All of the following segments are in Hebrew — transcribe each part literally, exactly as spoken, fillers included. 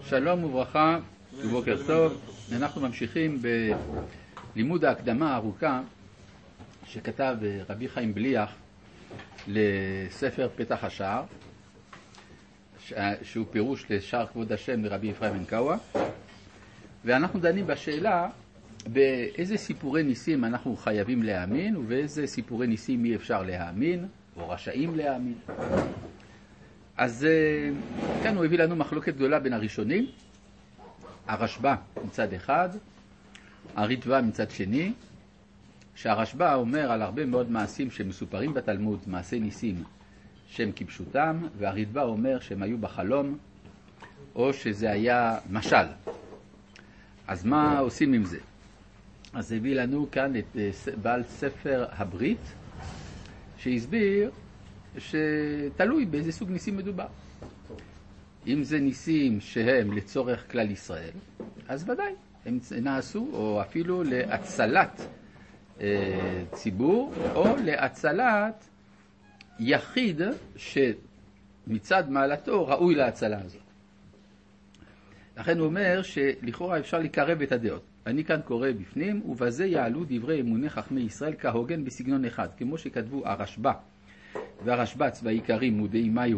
שלום וברכה ובוקר טוב. אנחנו ממשיכים בלימוד ההקדמה הארוכה שכתב רבי חיים בליח לספר פתח השער, שהוא פירוש לשער כבוד השם לרבי אפרים אנקאווה, ואנחנו דנים בשאלה באיזה סיפורי ניסים אנחנו חייבים להאמין ובאיזה סיפורי ניסים אי אפשר להאמין או רשאים להאמין. אז כאן הוא הביא לנו מחלוקת גדולה בין הראשונים, הרשב"א מצד אחד, הריטב"א מצד שני, שהרשב"א אומר על הרבה מאוד מעשים שמסופרים בתלמוד, מעשי ניסים שהם כפשוטם, והריטב"א אומר שהם היו בחלום או שזה היה משל. אז מה עושים עם זה? אז הביא לנו כאן את בעל ספר הברית שהסביר שתלוי באיזה סוג ניסים מדובר. אם זה ניסים שהם לצורך כלל ישראל, אז ודאי הם נעשו, או אפילו להצלת אה, ציבור, או להצלת יחיד שמצד מעלתו ראוי להצלה הזאת. לכן הוא אומר שלכאורה אפשר לקרב את הדעות. אני כאן קורא בפנים, ובזה יעלו דברי אמוני חכמי ישראל כהוגן בסגנון אחד, כמו שכתבו הרשב"א והרשב"ץ והעיקרים מודעים היו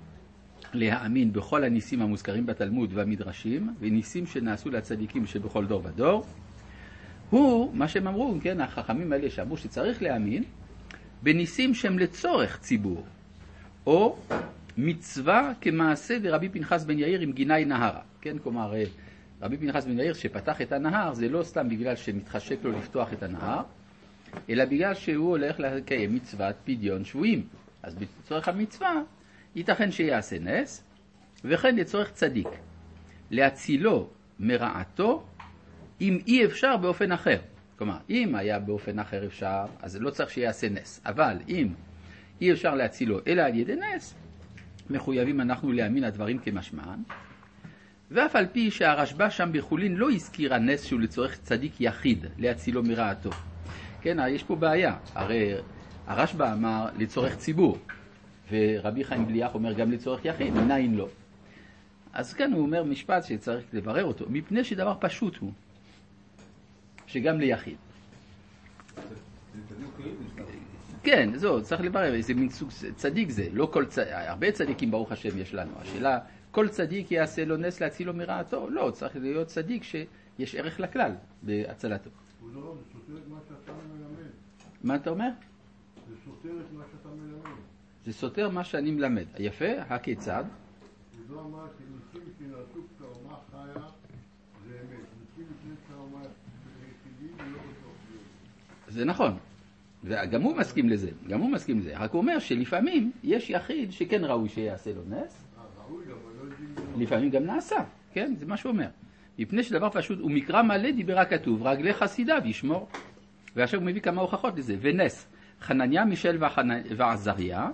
להאמין בכל הניסים המוזכרים בתלמוד והמדרשים, וניסים שנעשו לצדיקים שבכל דור ודור. הוא, מה שהם אמרו, כן, החכמים האלה שאמרו שצריך להאמין בניסים שהם לצורך ציבור, או מצווה כמעשה דרבי פנחס בן יאיר עם גיני נהרה. כן, כלומר, רבי פנחס בן יאיר שפתח את הנהר, זה לא סתם בגלל שמתחשק לו לפתוח את הנהר, אלא בגלל שהוא הולך לקיים מצוות פדיון שבויים. אז בצורך המצווה ייתכן שיעשה נס, וכן לצורך צדיק, להצילו מרעתו אם אי אפשר באופן אחר. כלומר, אם היה באופן אחר אפשר, אז לא צריך שיעשה נס. אבל אם אי אפשר להצילו אלא על ידי נס, מחויבים אנחנו להאמין הדברים כמשמען. ואף על פי שהרשב"א שם בחולין לא הזכיר הנס שהוא לצורך צדיק יחיד, להצילו מרעתו. כן, יש פה בעיה. הרי הרשב"א אמר לצורך ציבור, ורבי חיים בליח אומר גם לצורך יחיד, מניין לא. אז כאן הוא אומר משפט שצריך לברר אותו, מפני שדבר פשוט הוא, שגם ליחיד. כן, זו, צריך לברר, איזה מין סוג צדיק זה, לא כל צדיק, הרבה צדיקים ברוך השם יש לנו. השאלה, כל צדיק יעשה לו נס להצילו מרעתו? לא, צריך להיות צדיק שיש ערך לכלל בהצלתו. הוא לא, זה סותר את מה שאתה מלמד. מה אתה אומר? זה סותר את מה שאתה מלמד. זה סותר מה שאני מלמד. יפה, הכיצד? הוא לא אמר שניסים שנעשו כאומה חיה זה אמת. ניסים לפני כאומה יחידים ולא בסוף. זה נכון. וגם הוא מסכים לזה. גם הוא מסכים לזה. רק הוא אומר שלפעמים יש יחיד שכן ראוי שיעשה לו נס. ראוי גם, אבל לא יודעים... לפעמים גם נעשה. כן, זה מה שהוא אומר. מפני שדבר פשוט, הוא מקרא מלא דיבר הכתוב, רגלי חסידיו ישמור. ועכשיו הוא מביא כמה הוכחות לזה. ונס, חנניה, מישל ועזריה,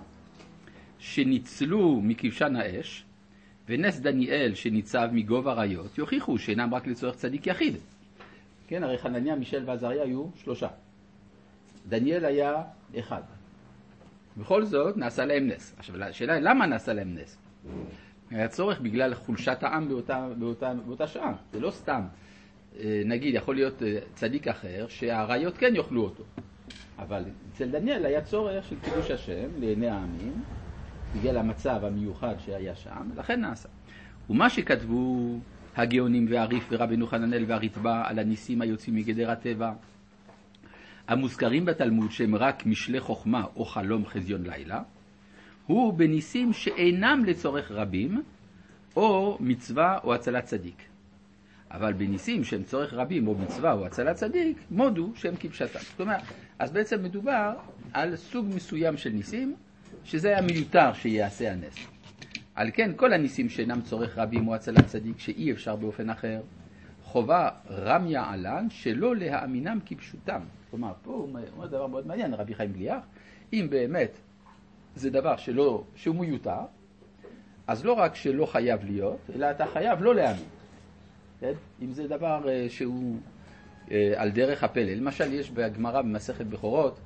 שניצלו מכבשן האש, ונס דניאל שניצב מגובה ראיות, יוכיחו שאינם רק לצורך צדיק יחיד. כן, הרי חנניה, מישל ועזריה היו שלושה. דניאל היה אחד. בכל זאת נעשה להם נס. עכשיו, השאלה היא למה נעשה להם נס? היה צורך בגלל חולשת העם באותה, באותה, באותה שעה. זה לא סתם. נגיד, יכול להיות צדיק אחר שהראיות כן יאכלו אותו. אבל אצל דניאל היה צורך של קידוש השם לעיני העמים, בגלל המצב המיוחד שהיה שם, לכן נעשה. ומה שכתבו הגאונים והריף ורבנו חננאל והריטב"א על הניסים היוצאים מגדר הטבע, המוזכרים בתלמוד שהם רק משלי חוכמה או חלום חזיון לילה, הוא בניסים שאינם לצורך רבים, או מצווה או הצלת צדיק. אבל בניסים שהם צורך רבים, או מצווה או הצלת צדיק, מודו שהם כפשטם. זאת אומרת, אז בעצם מדובר על סוג מסוים של ניסים, שזה היה מיותר שיעשה הנס. על כן, כל הניסים שאינם צורך רבים או הצלת צדיק, שאי אפשר באופן אחר, חובה רמיה עלן שלא להאמינם כפשוטם. כלומר, פה הוא אומר דבר מאוד מעניין, רבי חיים בליח, אם באמת זה דבר שלא, שהוא מיותר, אז לא רק שלא חייב להיות, אלא אתה חייב לא להאמין. כן? אם זה דבר uh, שהוא uh, על דרך הפלא. למשל, יש בגמרא במסכת בכורות,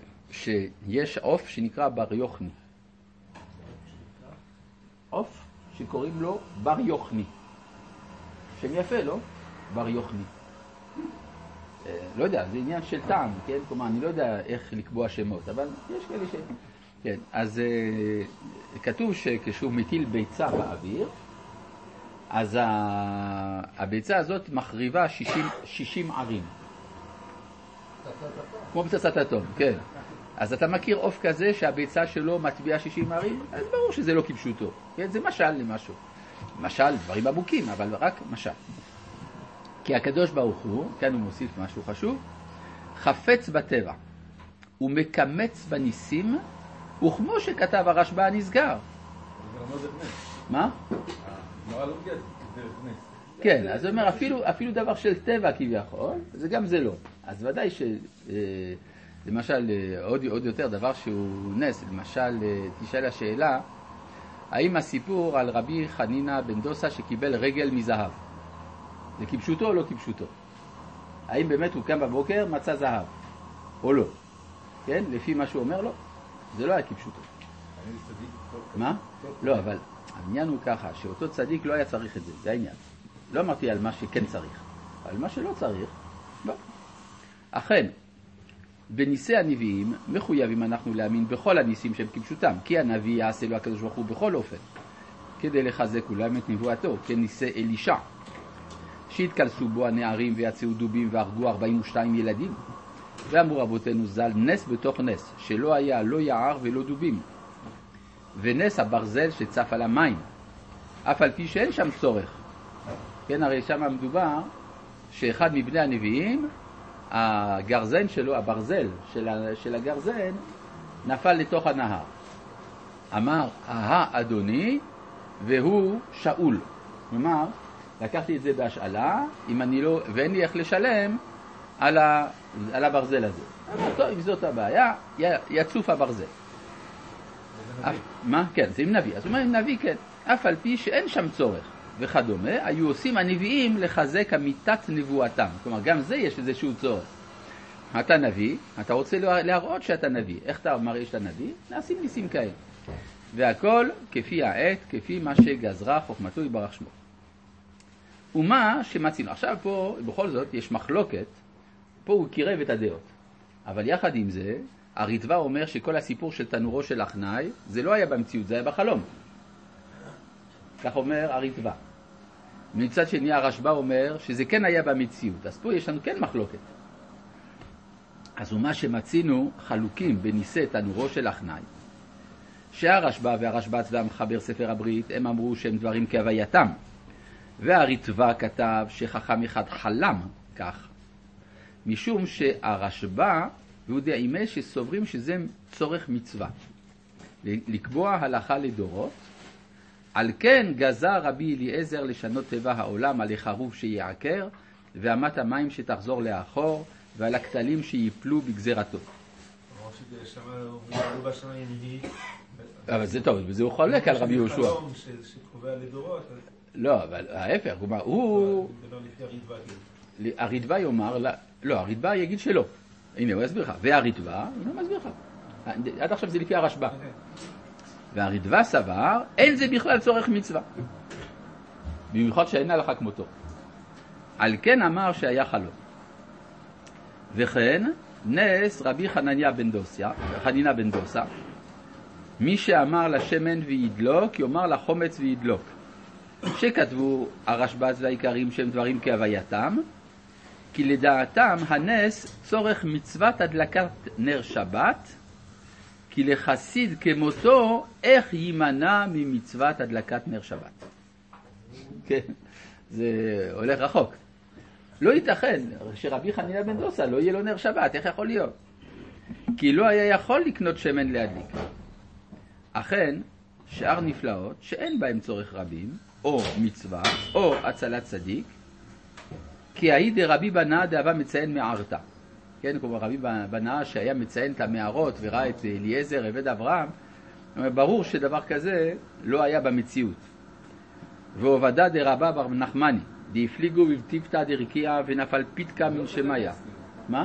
שיש עוף שנקרא בר יוחני. עוף שקוראים לו בר יוחני. שם יפה, לא? בר יוחני. לא יודע, זה עניין של טעם, כן? כלומר, אני לא יודע איך לקבוע שמות, אבל יש כאלה ש... כן, אז כתוב שכשהוא מטיל ביצה באוויר, אז הביצה הזאת מחריבה שישים ערים. כמו פצצת אטום, כן. אז אתה מכיר עוף כזה שהביצה שלו מטביעה שישים ערים? אז ברור שזה לא כפשוטו. כן? זה משל למשהו. משל, דברים עמוקים, אבל רק משל. כי הקדוש ברוך הוא, כאן הוא מוסיף משהו חשוב, חפץ בטבע, הוא מקמץ בניסים, וכמו שכתב הרשב"א הנסגר. מה? כן, אז הוא אומר, אפילו, אפילו דבר של טבע כביכול, זה גם זה לא. אז ודאי ש... למשל, עוד, עוד יותר דבר שהוא נס, למשל, תשאל השאלה, האם הסיפור על רבי חנינה בן דוסה שקיבל רגל מזהב, זה כפשוטו או לא כפשוטו? האם באמת הוא קם בבוקר, מצא זהב, או לא? כן, לפי מה שהוא אומר לו, זה לא היה כפשוטו. מה? לא, אבל העניין הוא ככה, שאותו צדיק לא היה צריך את זה, זה העניין. לא אמרתי על מה שכן צריך, על מה שלא צריך, לא. אכן, בניסי הנביאים מחויבים אנחנו להאמין בכל הניסים שהם כפשוטם, כי הנביא יעשה לו הקדוש ברוך הוא בכל אופן, כדי לחזק אולם את נבואתו, כניסי אלישע, שהתקלסו בו הנערים ויצאו דובים והרגו ארבעים ושתיים ילדים. ואמרו רבותינו ז"ל, נס בתוך נס, שלא היה לא יער ולא דובים. ונס הברזל שצף על המים, אף על פי שאין שם צורך. כן, הרי שם מדובר שאחד מבני הנביאים, הגרזן שלו, הברזל של, של הגרזן, נפל לתוך הנהר. אמר, אהה אדוני, והוא שאול. כלומר, לקחתי את זה בהשאלה, אם אני לא, ואין לי איך לשלם על, ה, על הברזל הזה. אמר, טוב, אם זאת הבעיה, יצוף הברזל. אף, מה? כן, זה עם נביא. אז הוא אומר, עם נביא, כן. אף על פי שאין שם צורך וכדומה, היו עושים הנביאים לחזק אמיתת נבואתם. כלומר, גם זה יש איזשהו צורך. אתה נביא, אתה רוצה להראות שאתה נביא. איך אתה מראה שאתה נביא? נעשים ניסים כאלה. והכל כפי העת, כפי מה שגזרה חוכמתו יברך שמו. ומה שמצינו. עכשיו פה, בכל זאת, יש מחלוקת. פה הוא קירב את הדעות. אבל יחד עם זה, הריטב"א אומר שכל הסיפור של תנורו של אחנאי, זה לא היה במציאות, זה היה בחלום. כך אומר הריטב"א. מצד שני הרשב"א אומר שזה כן היה במציאות. אז פה יש לנו כן מחלוקת. אז ומה שמצינו חלוקים בניסי תנורו של אחנאי, שהרשב"א והרשב"ץ והמחבר ספר הברית הם אמרו שהם דברים כהווייתם, והריטב"א כתב שחכם אחד חלם כך, משום שהרשב"א והוא דאימה שסוברים שזה צורך מצווה לקבוע הלכה לדורות. על כן גזר רבי אליעזר לשנות טבע העולם על החרוב שיעקר ואמת המים שתחזור לאחור ועל הכתלים שיפלו בגזרתו. אבל זה טוב, וזה הוא חולק על רבי יהושע. לא, אבל ההפך, הוא... הריטב"א יאמר, לא, הריטב"א יגיד שלא. הנה, הוא יסביר לך. והריטב"א, הוא מסביר לך. עד עכשיו זה לפי הרשב"א. והריטב"א סבר, אין זה בכלל צורך מצווה. במיוחד שאין הלכה כמותו. על כן אמר שהיה חלום. וכן, נס רבי חנניה בן דוסיה, חנינה בן דוסה, מי שאמר לשמן וידלוק, יאמר לחומץ וידלוק. שכתבו הרשב"ץ והעיקרים שהם דברים כהווייתם, כי לדעתם הנס צורך מצוות הדלקת נר שבת, כי לחסיד כמותו איך יימנע ממצוות הדלקת נר שבת. כן, זה הולך רחוק. לא ייתכן שרבי חנינה בן דוסה לא יהיה לו נר שבת, איך יכול להיות? כי לא היה יכול לקנות שמן להדליק. אכן, שאר נפלאות שאין בהם צורך רבים, או מצווה, או הצלת צדיק, כי ההיא דרבי בנה דאבה מציין מערתה. כן, כלומר רבי בנה שהיה מציין את המערות וראה את אליעזר עבד אברהם, ברור שדבר כזה לא היה במציאות. ועובדה דרבה בר נחמני, דהפליגו ובטיפתא דרקיע ונפל פיתקה מן שמיה. מה?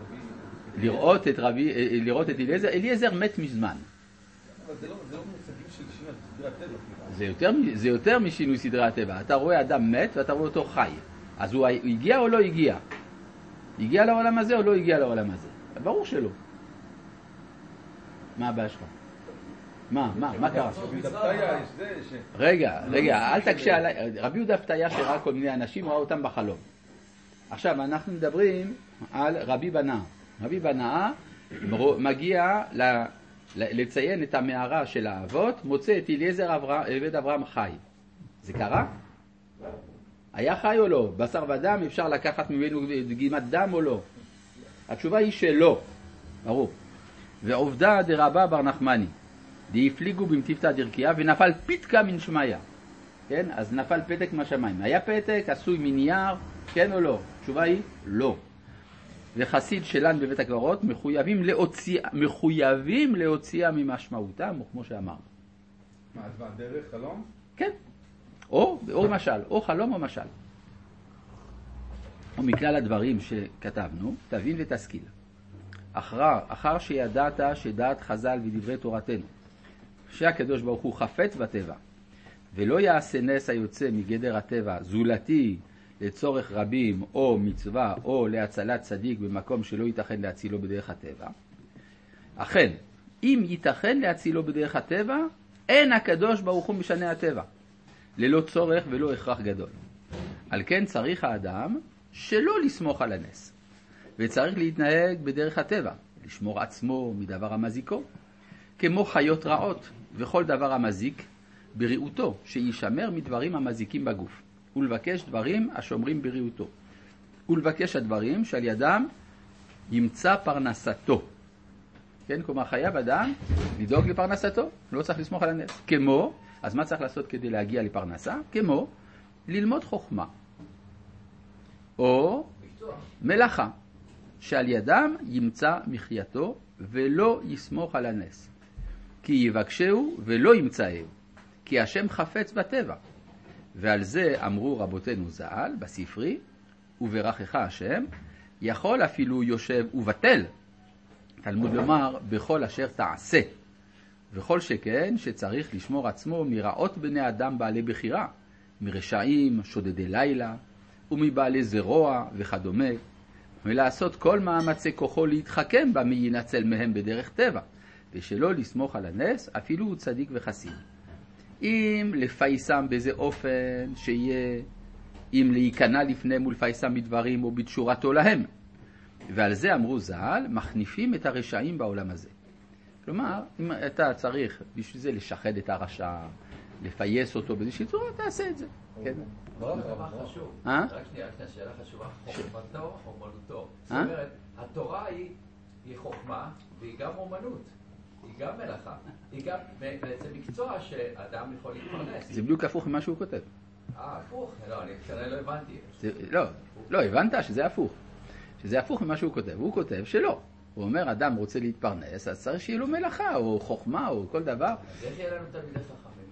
לראות את רבי, לראות את אליעזר, אליעזר מת מזמן. אבל זה לא, זה לא מושגים זה יותר, זה יותר משינוי סדרי הטבע. אתה רואה אדם מת ואתה רואה אותו חי. אז הוא הגיע או לא הגיע? הגיע לעולם הזה או לא הגיע לעולם הזה? ברור שלא. מה הבעיה שלך? מה, מה, מה קרה? רגע, רגע, אל תקשה עליי. רבי יהודה פתיה שראה כל מיני אנשים, ראה אותם בחלום. עכשיו, אנחנו מדברים על רבי בנאה. רבי בנאה מגיע לציין את המערה של האבות, מוצא את אליעזר עבד אברהם חי. זה קרה? היה חי או לא? בשר ודם אפשר לקחת ממנו דגימת דם או לא? התשובה היא שלא. ברור. ועובדה דרבה בר נחמני. דהפליגו במטיבתא דרכיה ונפל פתקה מן שמיה. כן? אז נפל פתק מהשמיים. היה פתק עשוי מנייר, כן או לא? התשובה היא לא. וחסיד שלן בבית הקברות מחויבים להוציא, מחויבים להוציאה ממשמעותם, כמו שאמרנו. מה, אז מה, דרך חלום? כן. או, או משל, או חלום או משל. ומכלל הדברים שכתבנו, תבין ותשכיל. אחר, אחר שידעת שדעת חז"ל ודברי תורתנו, שהקדוש ברוך הוא חפץ בטבע, ולא יעשה נס היוצא מגדר הטבע זולתי לצורך רבים או מצווה או להצלת צדיק במקום שלא ייתכן להצילו בדרך הטבע. אכן, אם ייתכן להצילו בדרך הטבע, אין הקדוש ברוך הוא משנה הטבע, ללא צורך ולא הכרח גדול. על כן צריך האדם שלא לסמוך על הנס, וצריך להתנהג בדרך הטבע, לשמור עצמו מדבר המזיקו, כמו חיות רעות וכל דבר המזיק בריאותו, שישמר מדברים המזיקים בגוף, ולבקש דברים השומרים בריאותו, ולבקש הדברים שעל ידם ימצא פרנסתו. כן, כלומר חייב אדם לדאוג לפרנסתו, לא צריך לסמוך על הנס. כמו, אז מה צריך לעשות כדי להגיע לפרנסה? כמו ללמוד חוכמה, או מלאכה, שעל ידם ימצא מחייתו ולא יסמוך על הנס. כי יבקשהו ולא ימצאהו, כי השם חפץ בטבע. ועל זה אמרו רבותינו ז"ל בספרי, וברכך השם, יכול אפילו יושב ובטל. תלמוד לומר, בכל אשר תעשה. וכל שכן שצריך לשמור עצמו מרעות בני אדם בעלי בחירה, מרשעים, שודדי לילה, ומבעלי זרוע וכדומה, ולעשות כל מאמצי כוחו להתחכם בה מי ינצל מהם בדרך טבע, ושלא לסמוך על הנס, אפילו הוא צדיק וחסיד. אם לפייסם באיזה אופן שיהיה, אם להיכנע לפניהם ולפייסם בדברים או בתשורתו להם. ועל זה אמרו ז"ל, מחניפים את הרשעים בעולם הזה. כלומר, אם אתה צריך בשביל זה לשחד את הרשע, לפייס אותו באיזושהי צורה, תעשה את זה. כן. דבר חשוב. אה? רק שנייה, שאלה חשובה. חוכמתו, אומנותו. זאת אומרת, התורה היא חוכמה והיא גם אומנות. היא גם מלאכה. היא גם בעצם מקצוע שאדם יכול להתפרנס. זה בדיוק הפוך ממה שהוא כותב. אה, הפוך? לא, אני כנראה לא הבנתי. לא, לא, הבנת שזה הפוך. שזה הפוך ממה שהוא כותב. הוא כותב שלא. הוא אומר, אדם רוצה להתפרנס, אז צריך שיהיה לו מלאכה, או חוכמה, או כל דבר. אז איך יהיה לנו תלמידי חכמים?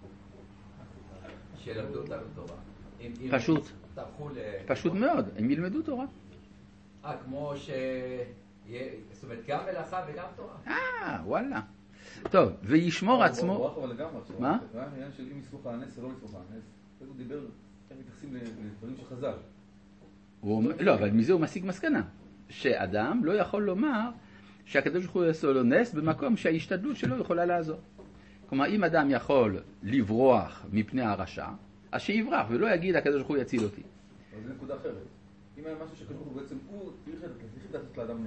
שילמדו אותנו תורה. פשוט. פשוט מאוד. הם ילמדו תורה. אה, כמו ש... זאת אומרת, גם מלאכה וגם תורה. אה, וואלה. טוב, וישמור עצמו... הוא רוח אבל לגמרי עכשיו. מה? זה היה עניין של אם יסמוך על הנס או לא יסמוך על הנס. הוא דיבר, הם מתייחסים לדברים שחז"ל. לא, אבל מזה הוא משיג מסקנה. שאדם לא יכול לומר שהקדוש ברוך הוא יעשה לו נס במקום שההשתדלות שלו יכולה לעזור. כלומר, אם אדם יכול לברוח מפני הרשע, אז שיברח ולא יגיד הקדוש ברוך הוא יציל אותי. אבל זה נקודה אחרת. אם היה משהו שהקדוש ברוך הוא בעצם, הוא צריך לעשות לאדם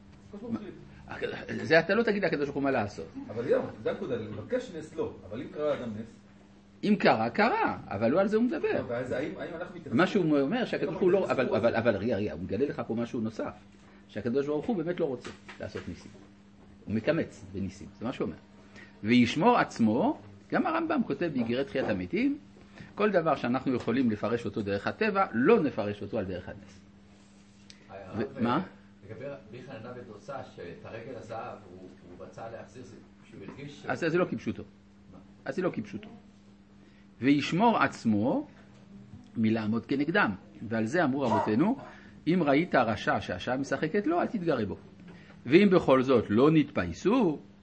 נס. זה אתה לא תגיד לקדוש ברוך הוא מה לעשות. אבל יום, זה הנקודה, לבקש נס לא, אבל אם קרה לאדם נס... אם קרה, קרה, אבל לא על זה הוא מדבר. מה שהוא אומר שהקדוש ברוך הוא לא... אבל רגע, רגע, הוא מגלה לך פה משהו נוסף. שהקדוש ברוך הוא באמת לא רוצה לעשות ניסים. הוא מקמץ בניסים, זה מה שהוא אומר. וישמור עצמו, גם הרמב"ם כותב באיגרת תחיית המתים, כל דבר שאנחנו יכולים לפרש אותו דרך הטבע, לא נפרש אותו על דרך הנס. מה? לגבי רבי חנניה בן דרסה, שאת הרגל הזהב הוא רצה להחזיר, שהוא הרגיש... אז זה לא כפשוטו. אז זה לא כפשוטו. וישמור עצמו מלעמוד כנגדם. ועל זה אמרו רבותינו, אם ראית הרשע שהשעה משחקת לו, אל תתגרה בו. ואם בכל זאת לא נתפייסו,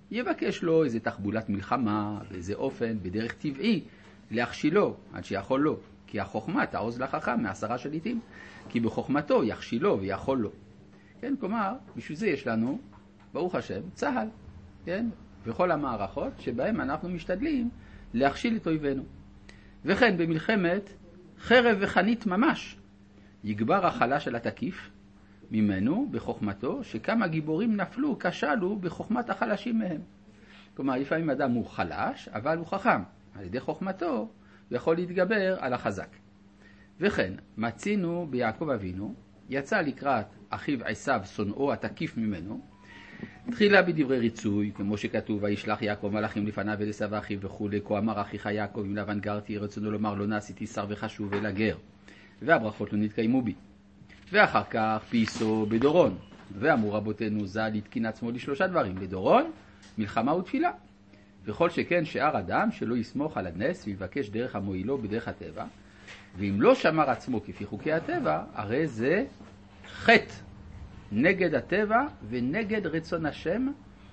יבקש לו איזה תחבולת מלחמה, באיזה אופן, בדרך טבעי, להכשילו, עד שיכול לו. כי החוכמה תעוז לחכם מעשרה שליטים, כי בחוכמתו יכשילו ויכול לו. כן, כלומר, בשביל זה יש לנו, ברוך השם, צהל, כן, וכל המערכות שבהם אנחנו משתדלים להכשיל את אויבינו. וכן במלחמת חרב וחנית ממש, יגבר החלש על התקיף ממנו בחוכמתו, שכמה גיבורים נפלו, כשלו בחוכמת החלשים מהם. כלומר, לפעמים אדם הוא חלש, אבל הוא חכם. על ידי חוכמתו הוא יכול להתגבר על החזק. וכן, מצינו ביעקב אבינו, יצא לקראת אחיו עשיו שונאו התקיף ממנו, תחילה בדברי ריצוי, כמו שכתוב, וישלח יעקב מלאכים לפניו ולעשיו אחיו וכו', כה אמר אחיך יעקב עם לבן גרתי, רצונו לומר לא נעשיתי שר וחשוב אלא גר, והברכות לא נתקיימו בי. ואחר כך פיסו בדורון, ואמרו רבותינו ז"ל התקין עצמו לשלושה דברים, בדורון, מלחמה ותפילה. וכל שכן שאר אדם שלא יסמוך על הנס ויבקש דרך המועילו בדרך הטבע, ואם לא שמר עצמו כפי חוקי הטבע, הרי זה חטא נגד הטבע ונגד רצון השם,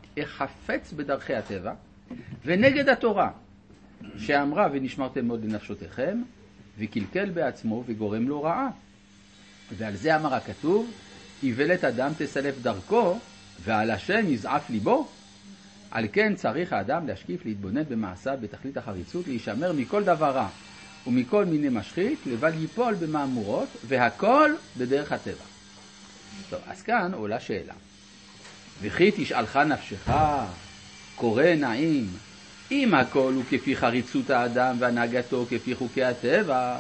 החפץ בדרכי הטבע, ונגד התורה, שאמרה ונשמרתם מאוד לנפשותיכם, וקלקל בעצמו וגורם לו רעה. ועל זה אמר הכתוב, איוולת אדם תסלף דרכו, ועל השם יזעף ליבו. על כן צריך האדם להשקיף, להתבונן במעשיו בתכלית החריצות, להישמר מכל דבר רע ומכל מיני משחית, לבל ייפול במאמורות, והכל בדרך הטבע. טוב, אז כאן עולה שאלה. וכי תשאלך נפשך, קורא נעים, אם הכל הוא כפי חריצות האדם והנהגתו כפי חוקי הטבע,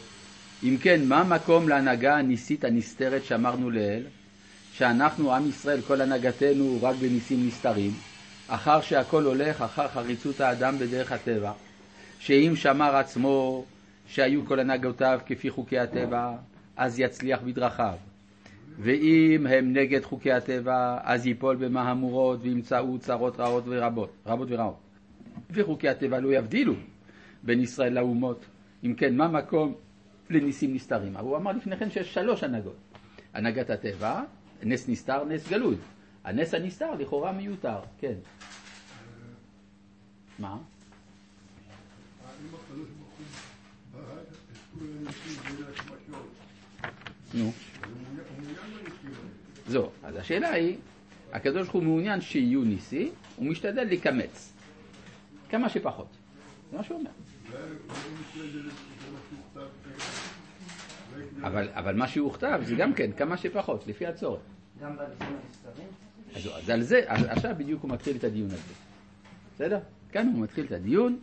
אם כן, מה מקום להנהגה הניסית הנסתרת שאמרנו לאל, שאנחנו, עם ישראל, כל הנהגתנו רק בניסים נסתרים, אחר שהכל הולך אחר חריצות האדם בדרך הטבע, שאם שמר עצמו שהיו כל הנהגותיו כפי חוקי הטבע, אז יצליח בדרכיו. ואם הם נגד חוקי הטבע, אז ייפול במהמורות וימצאו צרות רעות ורבות, רבות ורעות. וחוקי הטבע לא יבדילו בין ישראל לאומות. אם כן, מה מקום לניסים נסתרים? הוא אמר לפני כן שיש שלוש הנהגות. הנהגת הטבע, נס נסתר, נס גלוי. הנס הנסתר לכאורה מיותר, כן. מה? האם הקדוש ברוך הוא ברא את כל הניסים בין השמשות? נו. הוא מעוניין בניסים האלה. זו, אז השאלה היא, הקדוש ברוך הוא מעוניין שיהיו ניסי, הוא משתדל לקמץ. כמה שפחות. זה מה שהוא אומר. אבל, אבל מה שהוא כתב זה גם כן כמה שפחות, לפי הצורך. גם בניסים הנסתרים? אז, אז על זה, עכשיו בדיוק הוא מתחיל את הדיון הזה. בסדר? כאן הוא מתחיל את הדיון,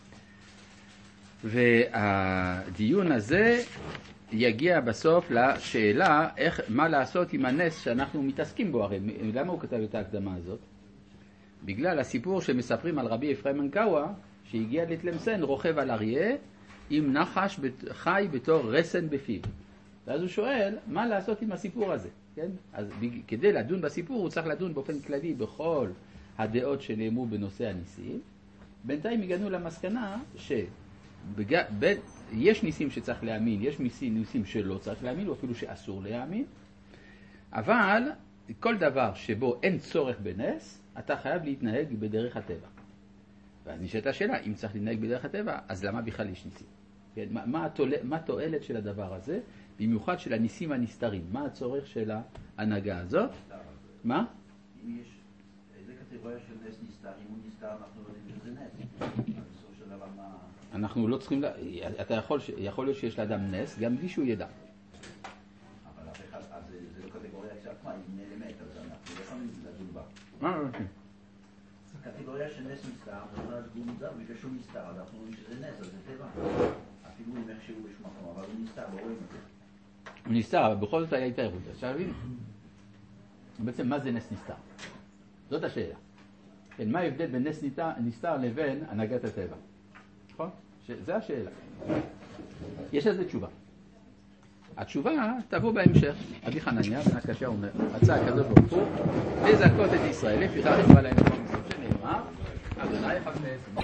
והדיון הזה יגיע בסוף לשאלה איך, מה לעשות עם הנס שאנחנו מתעסקים בו. הרי למה הוא כתב את ההקדמה הזאת? בגלל הסיפור שמספרים על רבי אפרים מנקאווה, שהגיע לתלמסן, רוכב על אריה, עם נחש חי בתור רסן בפיו. ואז הוא שואל, מה לעשות עם הסיפור הזה? כן? אז כדי לדון בסיפור, הוא צריך לדון באופן כללי בכל הדעות שנאמרו בנושא הניסים. בינתיים הגענו למסקנה שיש ניסים שצריך להאמין, יש ניסים שלא צריך להאמין, או אפילו שאסור להאמין. אבל כל דבר שבו אין צורך בנס, אתה חייב להתנהג בדרך הטבע. ואז נשאלת השאלה, אם צריך להתנהג בדרך הטבע, אז למה בכלל יש ניסים? כן? מה, מה, התועל, מה התועלת של הדבר הזה? במיוחד של הניסים הנסתרים. מה הצורך של ההנהגה הזאת? מה? אם יש איזה קטגוריה של נס נסתר, אם הוא נסתר אנחנו לא יודעים שזה נס. בסוף של דבר מה... אנחנו לא צריכים... אתה יכול, יכול להיות שיש לאדם נס, גם בלי שהוא ידע. אבל אף אחד, אז זה לא קטגוריה כשעצמה, היא נעלמת, אז אנחנו לא יכולים לדון בה. מה? לא, כן. קטגוריה של נס נסתר, זה אומר שהוא מוזר, בגלל שהוא נסתר, אז אנחנו רואים שזה נס, אז זה טבע. אפילו אם איכשהו יש מקום, אבל הוא נסתר, לא רואים את זה. הוא נסתר, אבל בכל זאת היה התערבות. עכשיו הבינו? בעצם מה זה נס נסתר? זאת השאלה. כן, מה ההבדל בין נס נסתר לבין הנהגת הטבע? נכון? זה השאלה. יש לזה תשובה. התשובה תבוא בהמשך. רבי חנניה בן עקשיא אומר, רצה הקדוש ברוך הוא לזכות את ישראל, לפיכך יקרא להם מקום מסוים שנאמר, אדוני יחפש